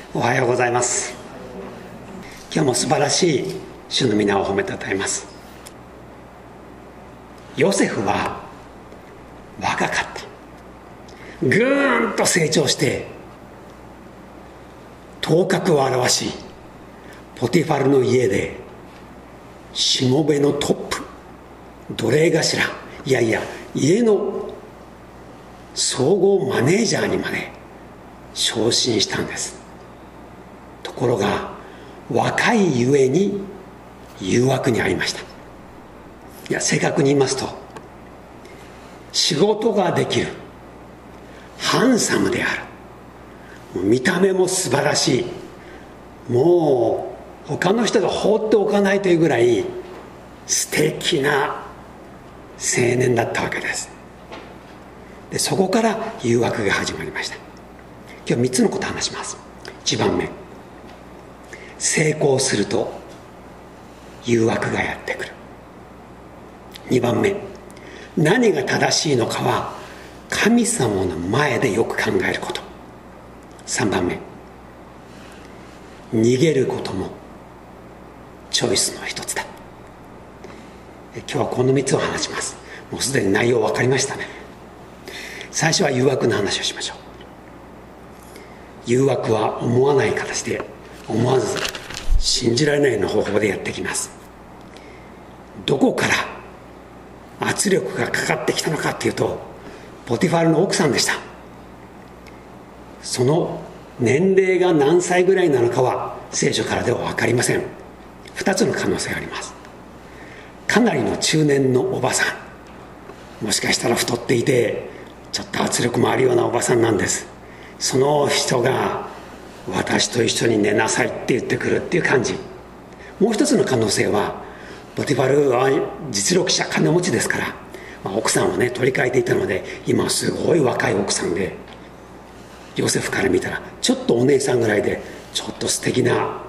おはようございます。今日も素晴らしい主の皆を褒めたたえます。ヨセフは若かった。ぐーんと成長して頭角を現し、ポティファルの家でしもべのトップ、奴隷頭、いやいや家の総合マネージャーにまで昇進したんです。ところが若いゆえに誘惑に遭いました。いや、正確に言いますと、仕事ができる、ハンサムである、見た目も素晴らしい、もう他の人が放っておかないというぐらい素敵な青年だったわけです。でそこから誘惑が始まりました。今日3つのことを話します。1番目、成功すると誘惑がやってくる。2番目、何が正しいのかは神様の前でよく考えること。3番目、逃げることもチョイスの一つだ。今日はこの3つを話します。もうすでに内容分かりましたね。最初は誘惑の話をしましょう。誘惑は思わない形で、思わず信じられないような方法でやってきます。どこから圧力がかかってきたのかというと、ポティファルの奥さんでした。その年齢が何歳ぐらいなのかは聖書からでは分かりません。2つの可能性があります。かなりの中年のおばさん、もしかしたら太っていてちょっと圧力もあるようなおばさんなんです。その人が私と一緒に寝なさいって言ってくるっていう感じ。もう一つの可能性は、ポティファルは実力者、金持ちですから、奥さんをね取り替えていたので、今すごい若い奥さんで、ヨセフから見たらちょっとお姉さんぐらいで、ちょっと素敵な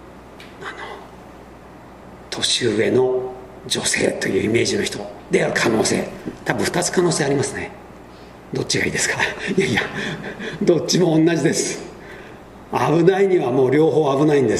年上の女性というイメージの人である可能性、多分2つ可能性ありますね。どっちがいいですか？いやいや、どっちも同じです。危ないにはもう両方危ないんです。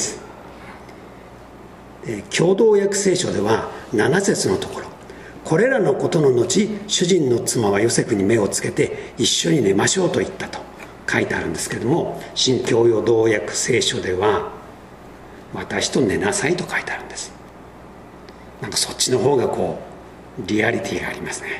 共同訳聖書では7節のところ、これらのことの後、主人の妻はヨセフに目をつけて一緒に寝ましょうと言ったと書いてあるんですけれども、新共同訳聖書では私と寝なさいと書いてあるんです。なんかそっちの方がリアリティがありますね。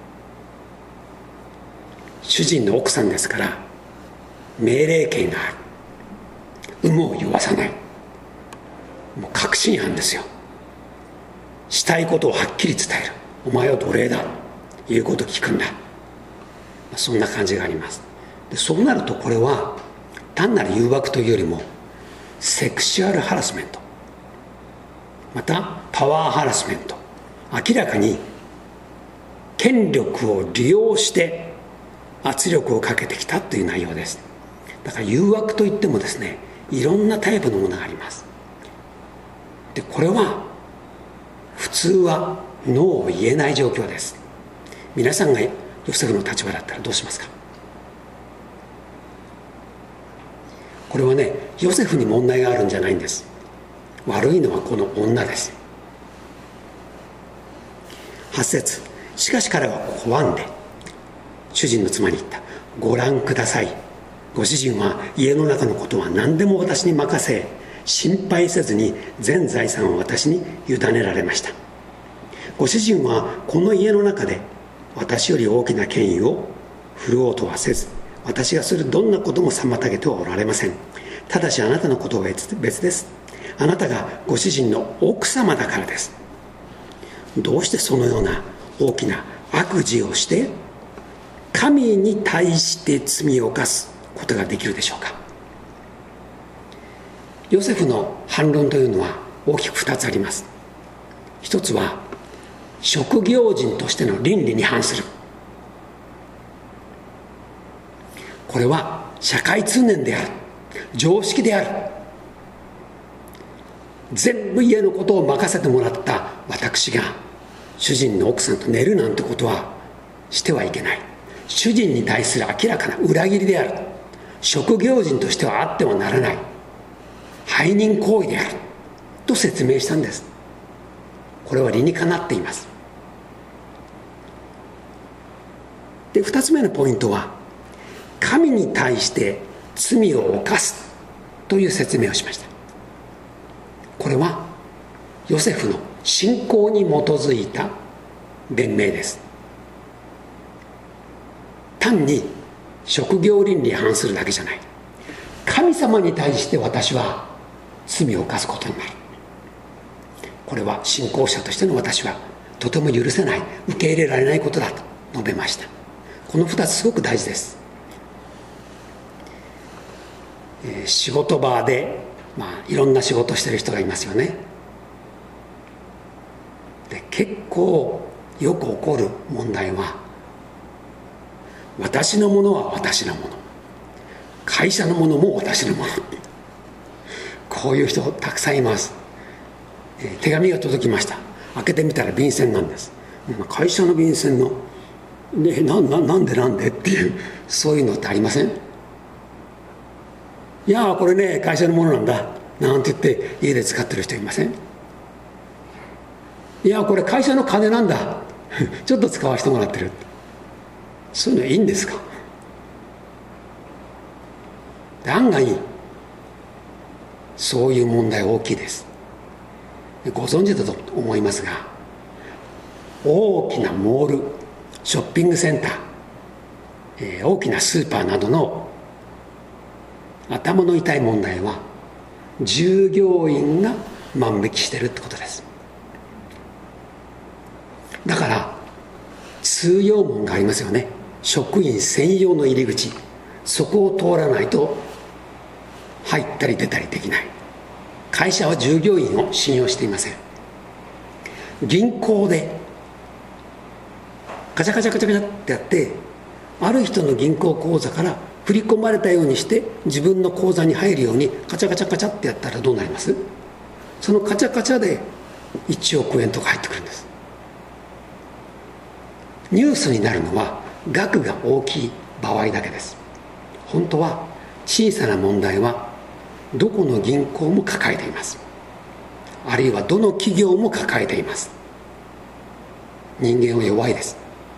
主人の奥さんですから命令権がある。有無を言わさない。もう確信犯ですよ。したいことをはっきり伝える。お前は奴隷だ、言うこと聞くんだ。そんな感じがあります。でそうなると、これは単なる誘惑というよりもセクシュアルハラスメント、またパワーハラスメント、明らかに権力を利用して圧力をかけてきたという内容です。だから誘惑といってもですね、いろんなタイプのものがあります。でこれは普通はノーを言えない状況です。皆さんがヨセフの立場だったらどうしますか？これはね、ヨセフに問題があるんじゃないんです。悪いのはこの女です。8節、しかし彼は拒んで主人の妻に言った。ご覧ください、ご主人は家の中のことは何でも私に任せ、心配せずに全財産を私に委ねられました。ご主人はこの家の中で私より大きな権威を振るおうとはせず、私がするどんなことも妨げてはおられません。ただしあなたのことは別です。あなたがご主人の奥様だからです。どうしてそのような大きな悪事をして神に対して罪を犯すことができるでしょうか？ヨセフの反論というのは大きく2つあります。一つは職業人としての倫理に反する。これは社会通念である、常識である。全部家のことを任せてもらった私が主人の奥さんと寝るなんてことはしてはいけない。主人に対する明らかな裏切りである。職業人としてはあってはならない。 背任行為であると説明したんです。これは理にかなっています。で、2つ目のポイントは、神に対して罪を犯すという説明をしました。これはヨセフの信仰に基づいた弁明です。単に職業倫理に反するだけじゃない。神様に対して私は罪を犯すことになる。これは信仰者としての私はとても許せない、受け入れられないことだと述べました。この2つすごく大事です。仕事場で、いろんな仕事をしている人がいますよね。で、結構よく起こる問題は、私のものは私のもの、会社のものも私のもの、こういう人たくさんいます。手紙が届きました。開けてみたら便箋なんです。会社の便箋の、なんでっていう、そういうのってありません？いやこれね、会社のものなんだなんて言って家で使ってる人いません？いやこれ会社の金なんだちょっと使わせてもらってる。そういうのいいんですか？案外そういう問題大きいです。ご存知だと思いますが、大きなモール、ショッピングセンター、大きなスーパーなどの頭の痛い問題は、従業員が万引きしてるってことです。だから通用門がありますよね。職員専用の入り口、そこを通らないと入ったり出たりできない。会社は従業員を信用していません。銀行でカチャカチャカチャカチャってやって、ある人の銀行口座から振り込まれたようにして自分の口座に入るようにカチャカチャカチャってやったらどうなります？そのカチャカチャで1億円とか入ってくるんです。ニュースになるのは額が大きい場合だけです。本当は小さな問題はどこの銀行も抱えています。あるいはどの企業も抱えています。人間は弱いです。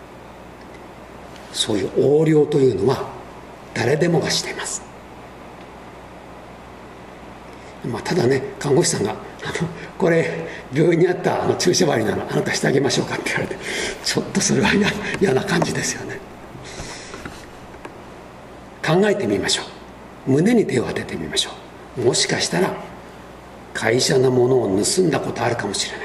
そういう横領というのは誰でもがしています。ただね、看護師さんがこれ病院にあった注射針なのあなたしてあげましょうかって言われて、ちょっとそれは嫌な感じですよね。考えてみましょう。胸に手を当ててみましょう。もしかしたら会社のものを盗んだことあるかもしれない。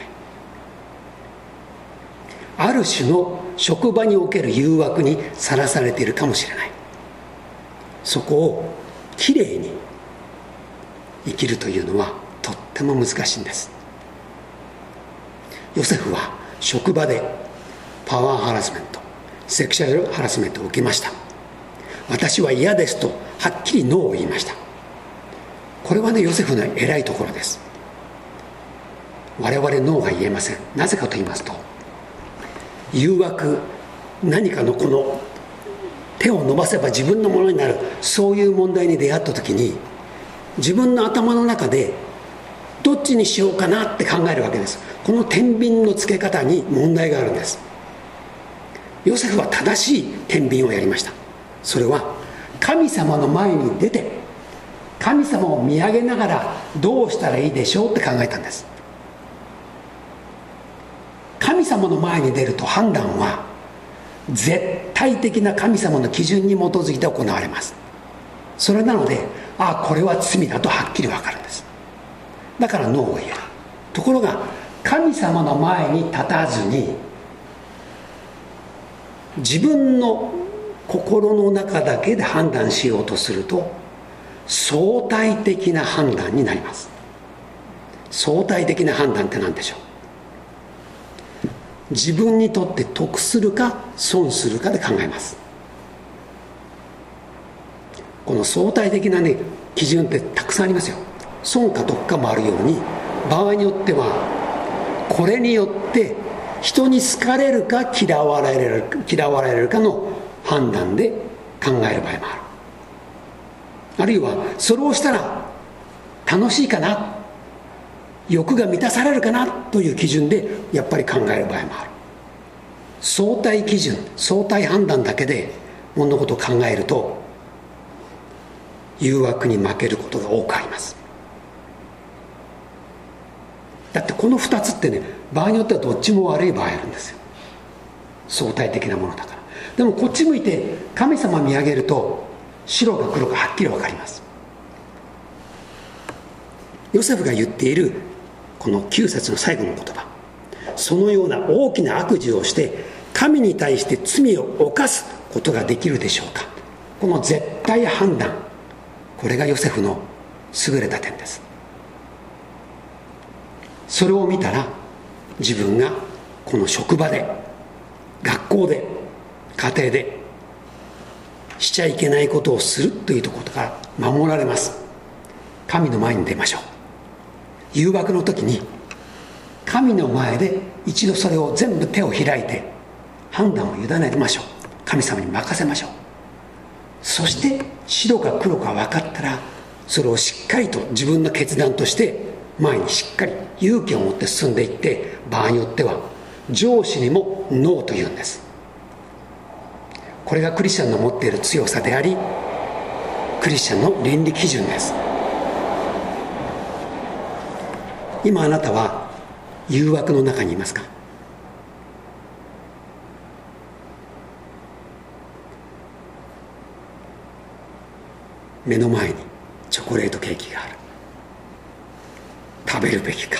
ある種の職場における誘惑にさらされているかもしれない。そこをきれいに生きるというのはとっても難しいんです。ヨセフは職場でパワーハラスメント、セクシャルハラスメントを受けました。私は嫌ですとはっきりノーを言いました。これはね、ヨセフの偉いところです。我々ノーが言えません。なぜかと言いますと、誘惑、何かのこの手を伸ばせば自分のものになる、そういう問題に出会った時に、自分の頭の中でどっちにしようかなって考えるわけです。この天秤のつけ方に問題があるんです。ヨセフは正しい天秤をやりました。それは神様の前に出て、神様を見上げながらどうしたらいいでしょうって考えたんです。神様の前に出ると判断は絶対的な神様の基準に基づいて行われます。それなので、これは罪だとはっきり分かるんです。だからノーを言える。ところが神様の前に立たずに、自分の心の中だけで判断しようとすると、相対的な判断になります。相対的な判断って何でしょう？自分にとって得するか損するかで考えます。この相対的なね、基準ってたくさんありますよ。損か得かもあるように、場合によってはこれによって人に好かれるか嫌われるかの判断で考える場合もある。あるいはそれをしたら楽しいかな、欲が満たされるかなという基準でやっぱり考える場合もある。相対基準、相対判断だけで物事を考えると誘惑に負けることが多くあります。だってこの2つってね、場合によってはどっちも悪い場合あるんですよ、相対的なものだから。でもこっち向いて神様見上げると白か黒かはっきり分かります。ヨセフが言っているこの9節の最後の言葉、そのような大きな悪事をして神に対して罪を犯すことができるでしょうか。この絶対判断、これがヨセフの優れた点です。それを見たら自分がこの職場で、学校で、家庭でしちゃいけないことをするというところから守られます。神の前に出ましょう。誘惑の時に神の前で一度それを全部手を開いて判断を委ねましょう。神様に任せましょう。そして白か黒か分かったらそれをしっかりと自分の決断として前にしっかり勇気を持って進んでいって、場合によっては上司にもノーと言うんです。これがクリスチャンの持っている強さであり、クリスチャンの倫理基準です。今あなたは誘惑の中にいますか？目の前にチョコレートケーキがある。食べるべきか、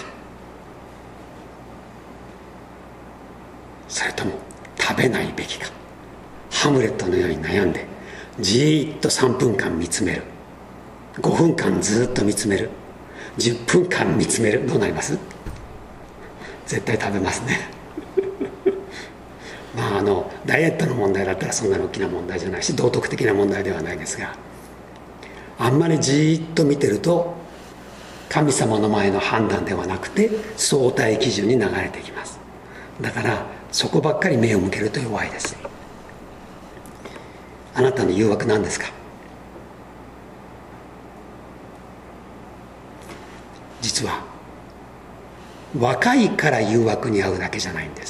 それとも食べないべきか。ハムレットのように悩んでじーっと3分間見つめる、5分間ずっと見つめる、10分間見つめる。どうなります？絶対食べますねまあダイエットの問題だったらそんなに大きな問題じゃないし、道徳的な問題ではないですが、あんまりじーっと見てると神様の前の判断ではなくて相対基準に流れていきます。だからそこばっかり目を向けると弱いです。あなたの誘惑なんですか？実は若いから誘惑に遭うだけじゃないんです。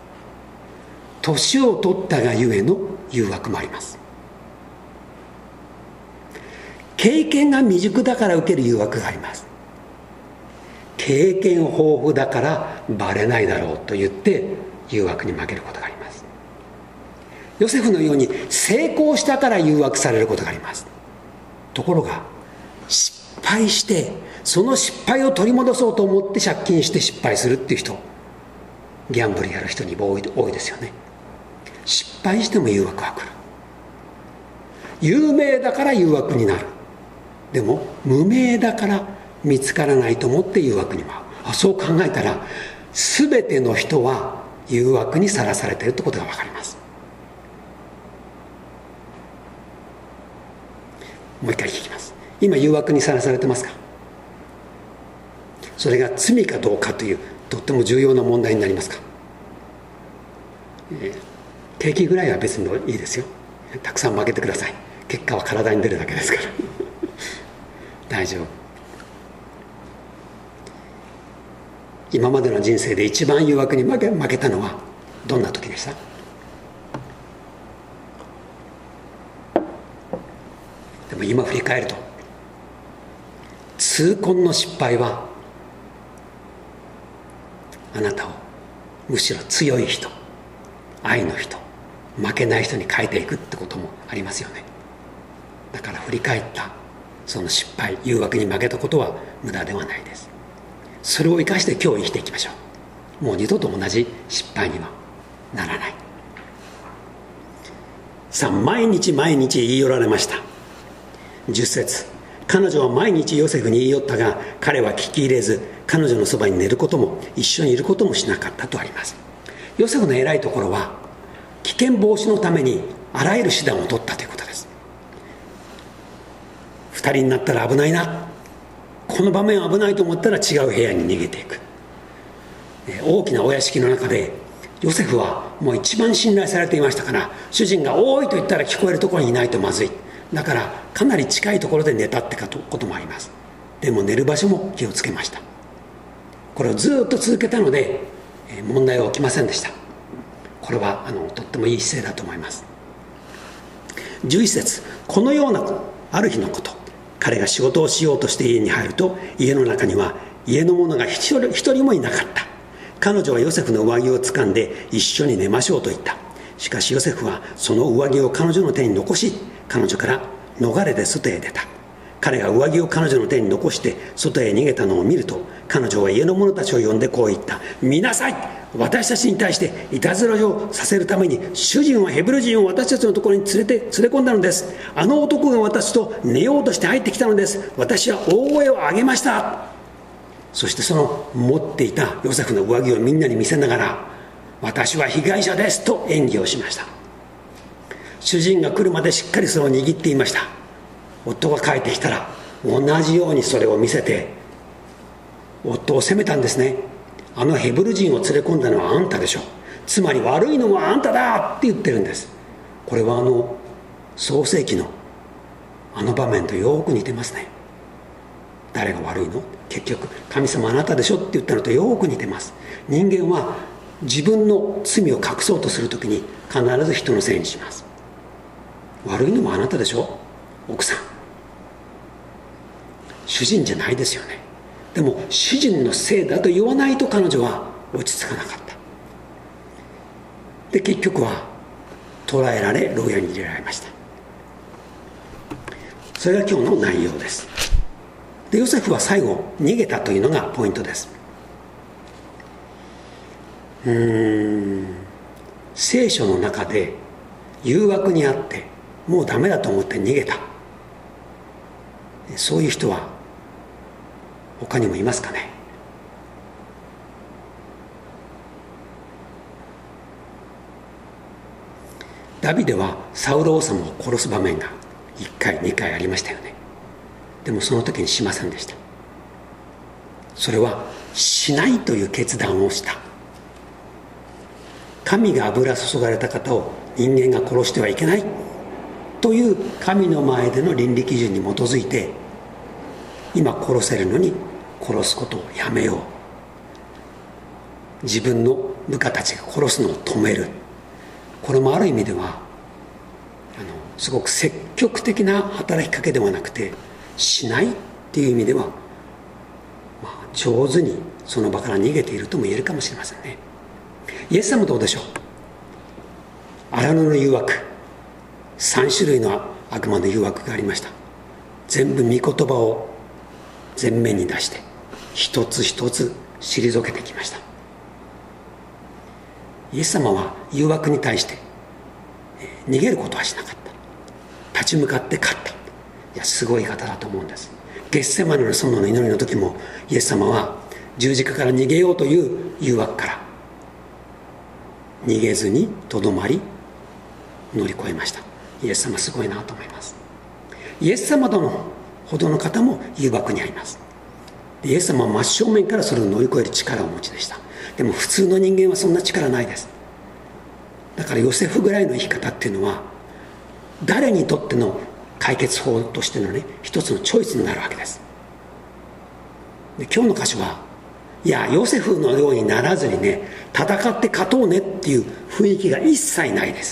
年を取ったがゆえの誘惑もあります。経験が未熟だから受ける誘惑があります。経験豊富だからバレないだろうと言って誘惑に負けることがあります。ヨセフのように成功したから誘惑されることがあります。ところが失敗して、その失敗を取り戻そうと思って借金して失敗するっていう人、ギャンブルやる人に多いですよね。失敗しても誘惑は来る。有名だから誘惑になる。でも無名だから見つからないと思って誘惑にも遭う。そう考えたら全ての人は誘惑にさらされているということが分かります。もう一回聞きます。今誘惑にさらされてますか？それが罪かどうかというとっても重要な問題になりますか？景気ぐらいは別にいいですよ。たくさん負けてください。結果は体に出るだけですから大丈夫。今までの人生で一番誘惑に負けたのはどんな時でした？でも今振り返ると、痛恨の失敗はあなたをむしろ強い人、愛の人、負けない人に変えていくってこともありますよね。だから振り返ったその失敗、誘惑に負けたことは無駄ではないです。それを生かして今日生きていきましょう。もう二度と同じ失敗にはならない。さあ、毎日毎日言い寄られました。10節、彼女は毎日ヨセフに言い寄ったが彼は聞き入れず、彼女のそばに寝ることも一緒にいることもしなかったとあります。ヨセフの偉いところは危険防止のためにあらゆる手段を取ったということです。2人になったら危ないな、この場面は危ないと思ったら違う部屋に逃げていく。大きなお屋敷の中でヨセフはもう一番信頼されていましたから、主人が多いと言ったら聞こえるところにいないとまずい。だからかなり近いところで寝たってこともあります。 でも寝る場所も気をつけました。これをずっと続けたので問題は起きませんでした。これはとってもいい姿勢だと思います。11節、このようなある日のこと、彼が仕事をしようとして家に入ると、家の中には家の者が一人もいなかった。彼女はヨセフの上着を掴んで一緒に寝ましょうと言った。しかしヨセフはその上着を彼女の手に残し、彼女から逃れて外へ出た。彼が上着を彼女の手に残して外へ逃げたのを見ると、彼女は家の者たちを呼んでこう言った。見なさい、私たちに対していたずらをさせるために主人はヘブル人を私たちのところに連れ込んだのです。あの男が私と寝ようとして入ってきたのです。私は大声を上げました。そしてその持っていたヨセフの上着をみんなに見せながら、私は被害者ですと演技をしました。主人が来るまでしっかりそれを握っていました。夫が帰ってきたら同じようにそれを見せて夫を責めたんですね。あのヘブル人を連れ込んだのはあんたでしょ、つまり悪いのはあんただって言ってるんです。これは創世記の場面とよく似てますね。誰が悪いの、結局神様あなたでしょって言ったのとよく似てます。人間は自分の罪を隠そうとするときに必ず人のせいにします。悪いのもあなたでしょ、奥さん、主人じゃないですよね。でも主人のせいだと言わないと彼女は落ち着かなかった。で結局は捕らえられ牢屋に入れられました。それが今日の内容です。でヨセフは最後逃げたというのがポイントです。聖書の中で誘惑にあってもうダメだと思って逃げた、そういう人は他にもいますかね。ダビデはサウル王様を殺す場面が1回2回ありましたよね。でもその時にしませんでした。それはしないという決断をした。神が油注がれた方を人間が殺してはいけないという神の前での倫理基準に基づいて、今殺せるのに殺すことをやめよう、自分の部下たちが殺すのを止める。これもある意味ではすごく積極的な働きかけではなくて、しないっていう意味では、上手にその場から逃げているとも言えるかもしれませんね。イエス様どうでしょう。荒野の誘惑、3種類の悪魔の誘惑がありました。全部御言葉を前面に出して一つ一つ退けてきました。イエス様は誘惑に対して逃げることはしなかった。立ち向かって勝った。いや、すごい方だと思うんです。ゲッセマネの園の祈りの時もイエス様は十字架から逃げようという誘惑から逃げずにとどまり乗り越えました。イエス様すごいなと思います。イエス様ほどの方も誘惑にあります。イエス様は真正面からそれを乗り越える力をお持ちでした。でも普通の人間はそんな力ないです。だからヨセフぐらいの生き方っていうのは誰にとっての解決法としてのね、一つのチョイスになるわけです。で今日の箇所は、いやヨセフのようにならずにね、戦って勝とうねっていう雰囲気が一切ないです。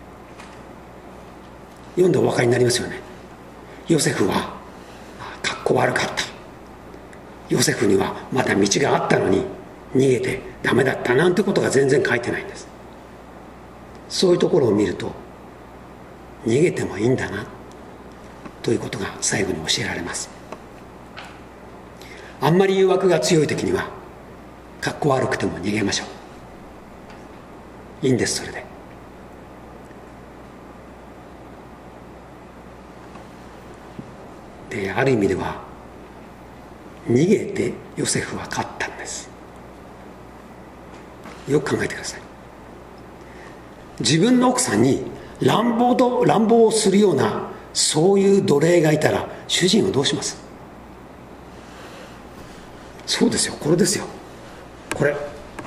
読んでお分かりになりますよね。ヨセフは格好悪かった、ヨセフにはまだ道があったのに逃げてダメだったなんてことが全然書いてないんです。そういうところを見ると逃げてもいいんだなということが最後に教えられます。あんまり誘惑が強い時には格好悪くても逃げましょう。いいんです、それで。である意味では逃げてヨセフは勝ったんです。よく考えてください。自分の奥さんに乱暴をするようなそういう奴隷がいたら主人はどうします？そうですよ、これですよ、これ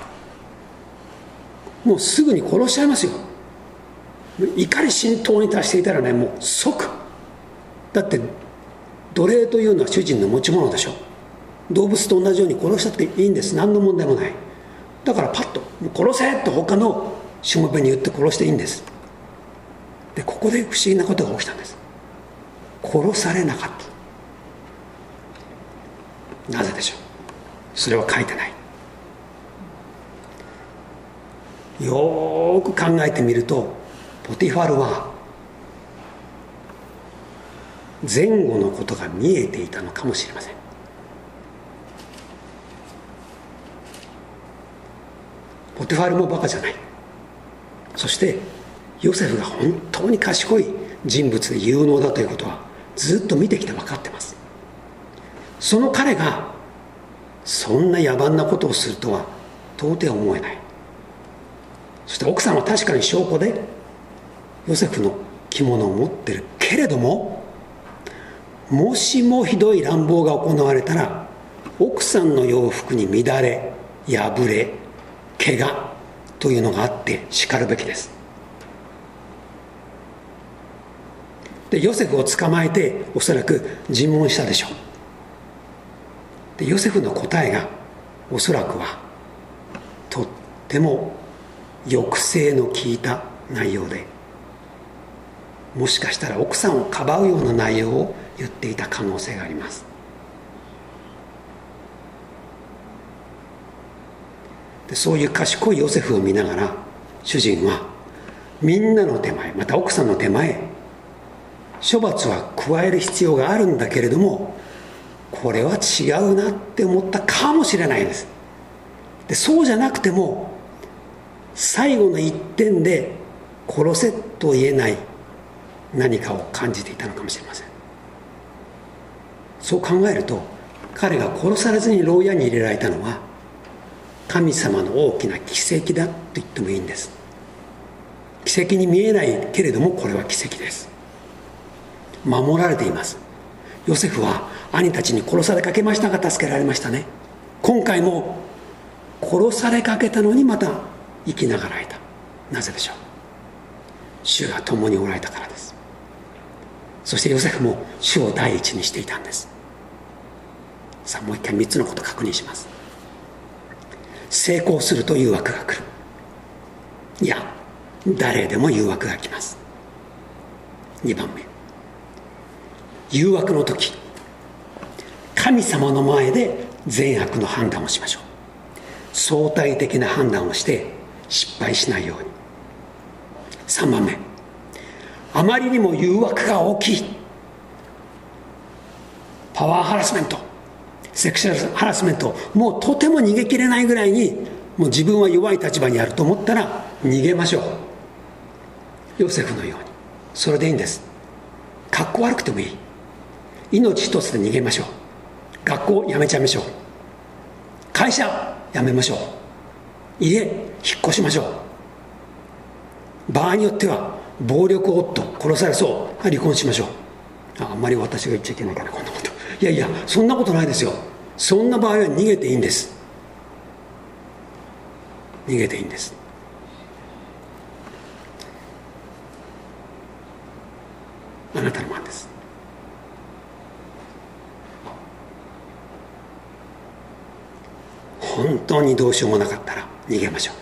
もうすぐに殺しちゃいますよ。怒り心頭に達していたらね、もう即、だって奴隷というのは主人の持ち物でしょう。動物と同じように殺したっていいんです。何の問題もない。だからパッと殺せと他のしもべに言って殺していいんです。でここで不思議なことが起きたんです。殺されなかった。なぜでしょう。それは書いてない。よーく考えてみると、ポティファルは前後のことが見えていたのかもしれません。ポティファルもバカじゃない。そしてヨセフが本当に賢い人物で有能だということはずっと見てきて分かってます。その彼がそんな野蛮なことをするとは到底思えない。そして奥さんは確かに証拠でヨセフの着物を持ってるけれども、もしもひどい乱暴が行われたら奥さんの洋服に乱れ破れ怪我というのがあってしかるべきです。でヨセフを捕まえておそらく尋問したでしょう。でヨセフの答えがおそらくはとっても抑制の効いた内容で、もしかしたら奥さんをかばうような内容を言っていた可能性があります。でそういう賢いヨセフを見ながら主人はみんなの手前、また奥さんの手前、処罰は加える必要があるんだけれども、これは違うなって思ったかもしれないです。でそうじゃなくても最後の一点で殺せと言えない何かを感じていたのかもしれません。そう考えると彼が殺されずに牢屋に入れられたのは神様の大きな奇跡だと言ってもいいんです。奇跡に見えないけれどもこれは奇跡です。守られています。ヨセフは兄たちに殺されかけましたが助けられましたね。今回も殺されかけたのにまた生きながらいた。なぜでしょう。主が共におられたからです。そしてヨセフも主を第一にしていたんです。さあもう一回3つのことを確認します。成功すると誘惑が来る。いや誰でも誘惑が来ます。2番目、誘惑の時神様の前で善悪の判断をしましょう。相対的な判断をして失敗しないように。3番目、あまりにも誘惑が大きい、パワーハラスメント、セクシュアルハラスメント、もうとても逃げきれないぐらいにもう自分は弱い立場にあると思ったら逃げましょう。ヨセフのように。それでいいんです。かっこ悪くてもいい。命一つで逃げましょう。学校辞めちゃいましょう。会社辞めましょう。家引っ越しましょう。場合によっては暴力夫殺されそう、離婚しましょう。あんまり私が言っちゃいけないからこんなこと。いやいやそんなことないですよ。そんな場合は逃げていいんです。逃げていいんです。あなたの番です。本当にどうしようもなかったら逃げましょ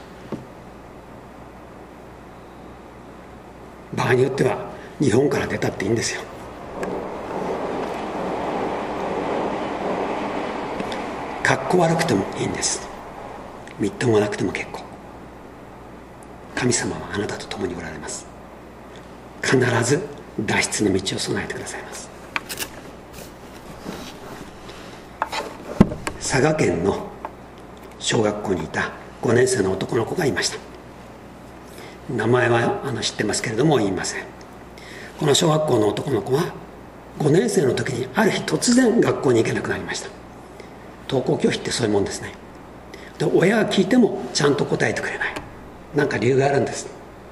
う。場合によっては日本から出たっていいんですよ。かっこ悪くてもいいんです。みっともなくても結構。神様はあなたと共におられます。必ず脱出の道を備えてくださいます。佐賀県の小学校にいた5年生の男の子がいました。名前は知ってますけれども言いません。この小学校の男の子は5年生の時にある日突然学校に行けなくなりました。登校拒否ってそういうもんですね。で親が聞いてもちゃんと答えてくれない。なんか理由があるんです。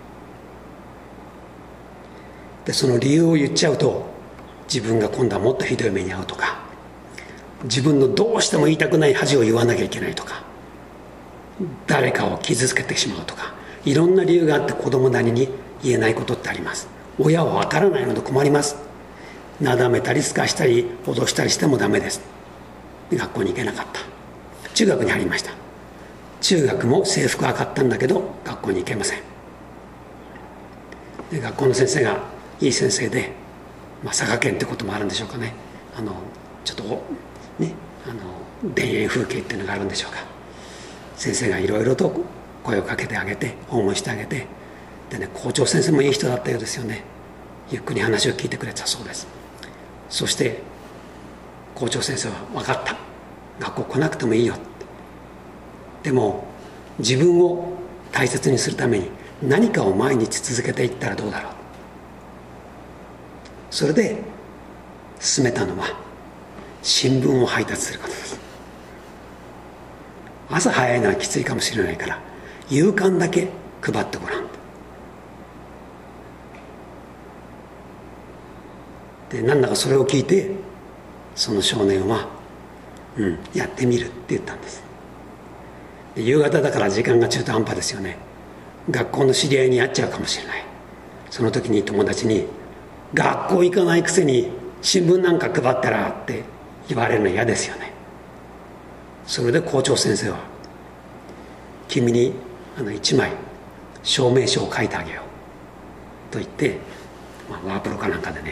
でその理由を言っちゃうと自分が今度はもっとひどい目に遭うとか、自分のどうしても言いたくない恥を言わなきゃいけないとか、誰かを傷つけてしまうとか、いろんな理由があって子供なりに言えないことってあります。親は分からないので困ります。 なだめたりすかしたり脅したりしてもダメです。学校に行けなかった。中学に入りました。中学も制服は買ったんだけど学校に行けません。で学校の先生がいい先生で、佐賀県ってこともあるんでしょうかね、ちょっとね、田園風景っていうのがあるんでしょうか。先生がいろいろと声をかけてあげて訪問してあげて、でね、校長先生もいい人だったようですよね。ゆっくり話を聞いてくれたそうです。そして校長先生は分かった、学校来なくてもいいよって、でも自分を大切にするために何かを毎日続けていったらどうだろう。それで進めたのは新聞を配達することです。朝早いのはきついかもしれないから夕刊だけ配ってごらん。でなんだかそれを聞いてその少年は「やってみる」って言ったんです。で夕方だから時間が中途半端ですよね。学校の知り合いに会っちゃうかもしれない。その時に友達に「学校行かないくせに新聞なんか配ったら」って言われるの嫌ですよね。それで校長先生は「君に1枚証明書を書いてあげよう」と言って、ワープロかなんかでね、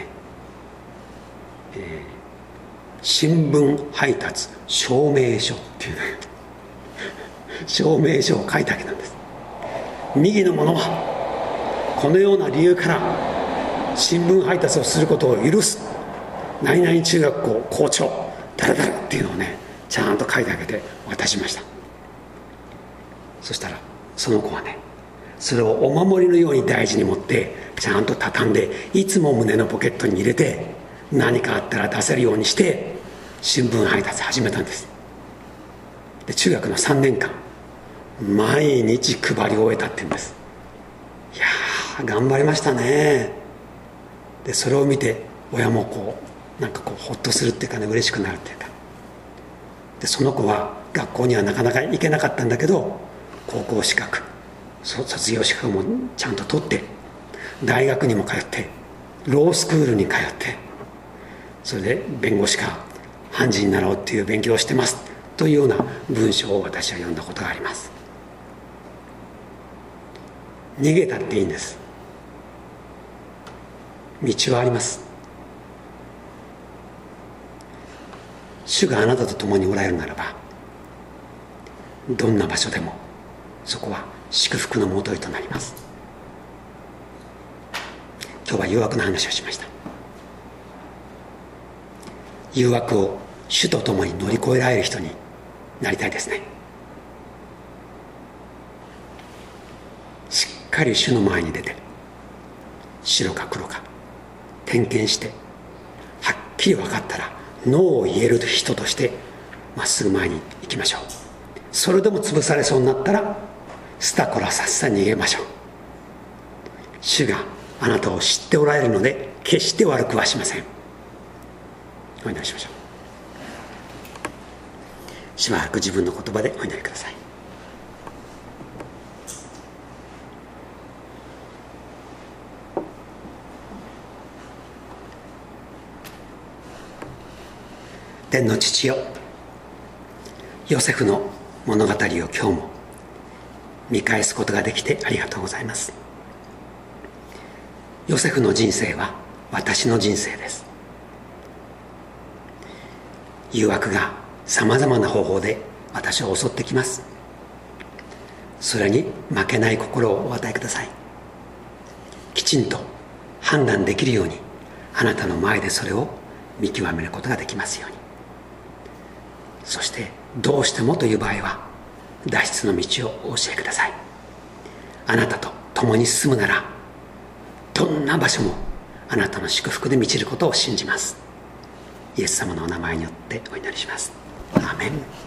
新聞配達証明書っていうね証明書を書いてあげたんです。右の者はこのような理由から新聞配達をすることを許す何々中学校校長誰々っていうのをねちゃんと書いてあげて渡しました。そしたらその子はねそれをお守りのように大事に持ってちゃんと畳んでいつも胸のポケットに入れて何かあったら出せるようにして新聞配達始めたんです。で中学の3年間毎日配り終えたって言うんです。いやー頑張りましたね。でそれを見て親もなんかほっとするっていうかね、嬉しくなるっていうか。でその子は学校にはなかなか行けなかったんだけど高校資格卒業資格もちゃんと取って大学にも通ってロースクールに通ってそれで弁護士か判事になろうっていう勉強をしてますというような文章を私は読んだことがあります。逃げたっていいんです。道はあります。主があなたと共におられるならばどんな場所でもそこは祝福のもといとなります。今日は誘惑の話をしました。誘惑を主と共に乗り越えられる人になりたいですね。しっかり主の前に出て白か黒か点検してはっきり分かったらノーを言える人としてまっすぐ前に行きましょう。それでも潰されそうになったらスタコラさっさ逃げましょう。主があなたを知っておられるので決して悪くはしません。お祈りしましょう。しばらく自分の言葉でお祈りください。天の父よ、ヨセフの物語を今日も見返すことができてありがとうございます。ヨセフの人生は私の人生です。誘惑がさまざまな方法で私を襲ってきます。それに負けない心をお与えください。きちんと判断できるようにあなたの前でそれを見極めることができますように。そしてどうしてもという場合は脱出の道をお教えください。あなたと共に進むならどんな場所もあなたの祝福で満ちることを信じます。イエス様のお名前によってお祈りします。アーメン。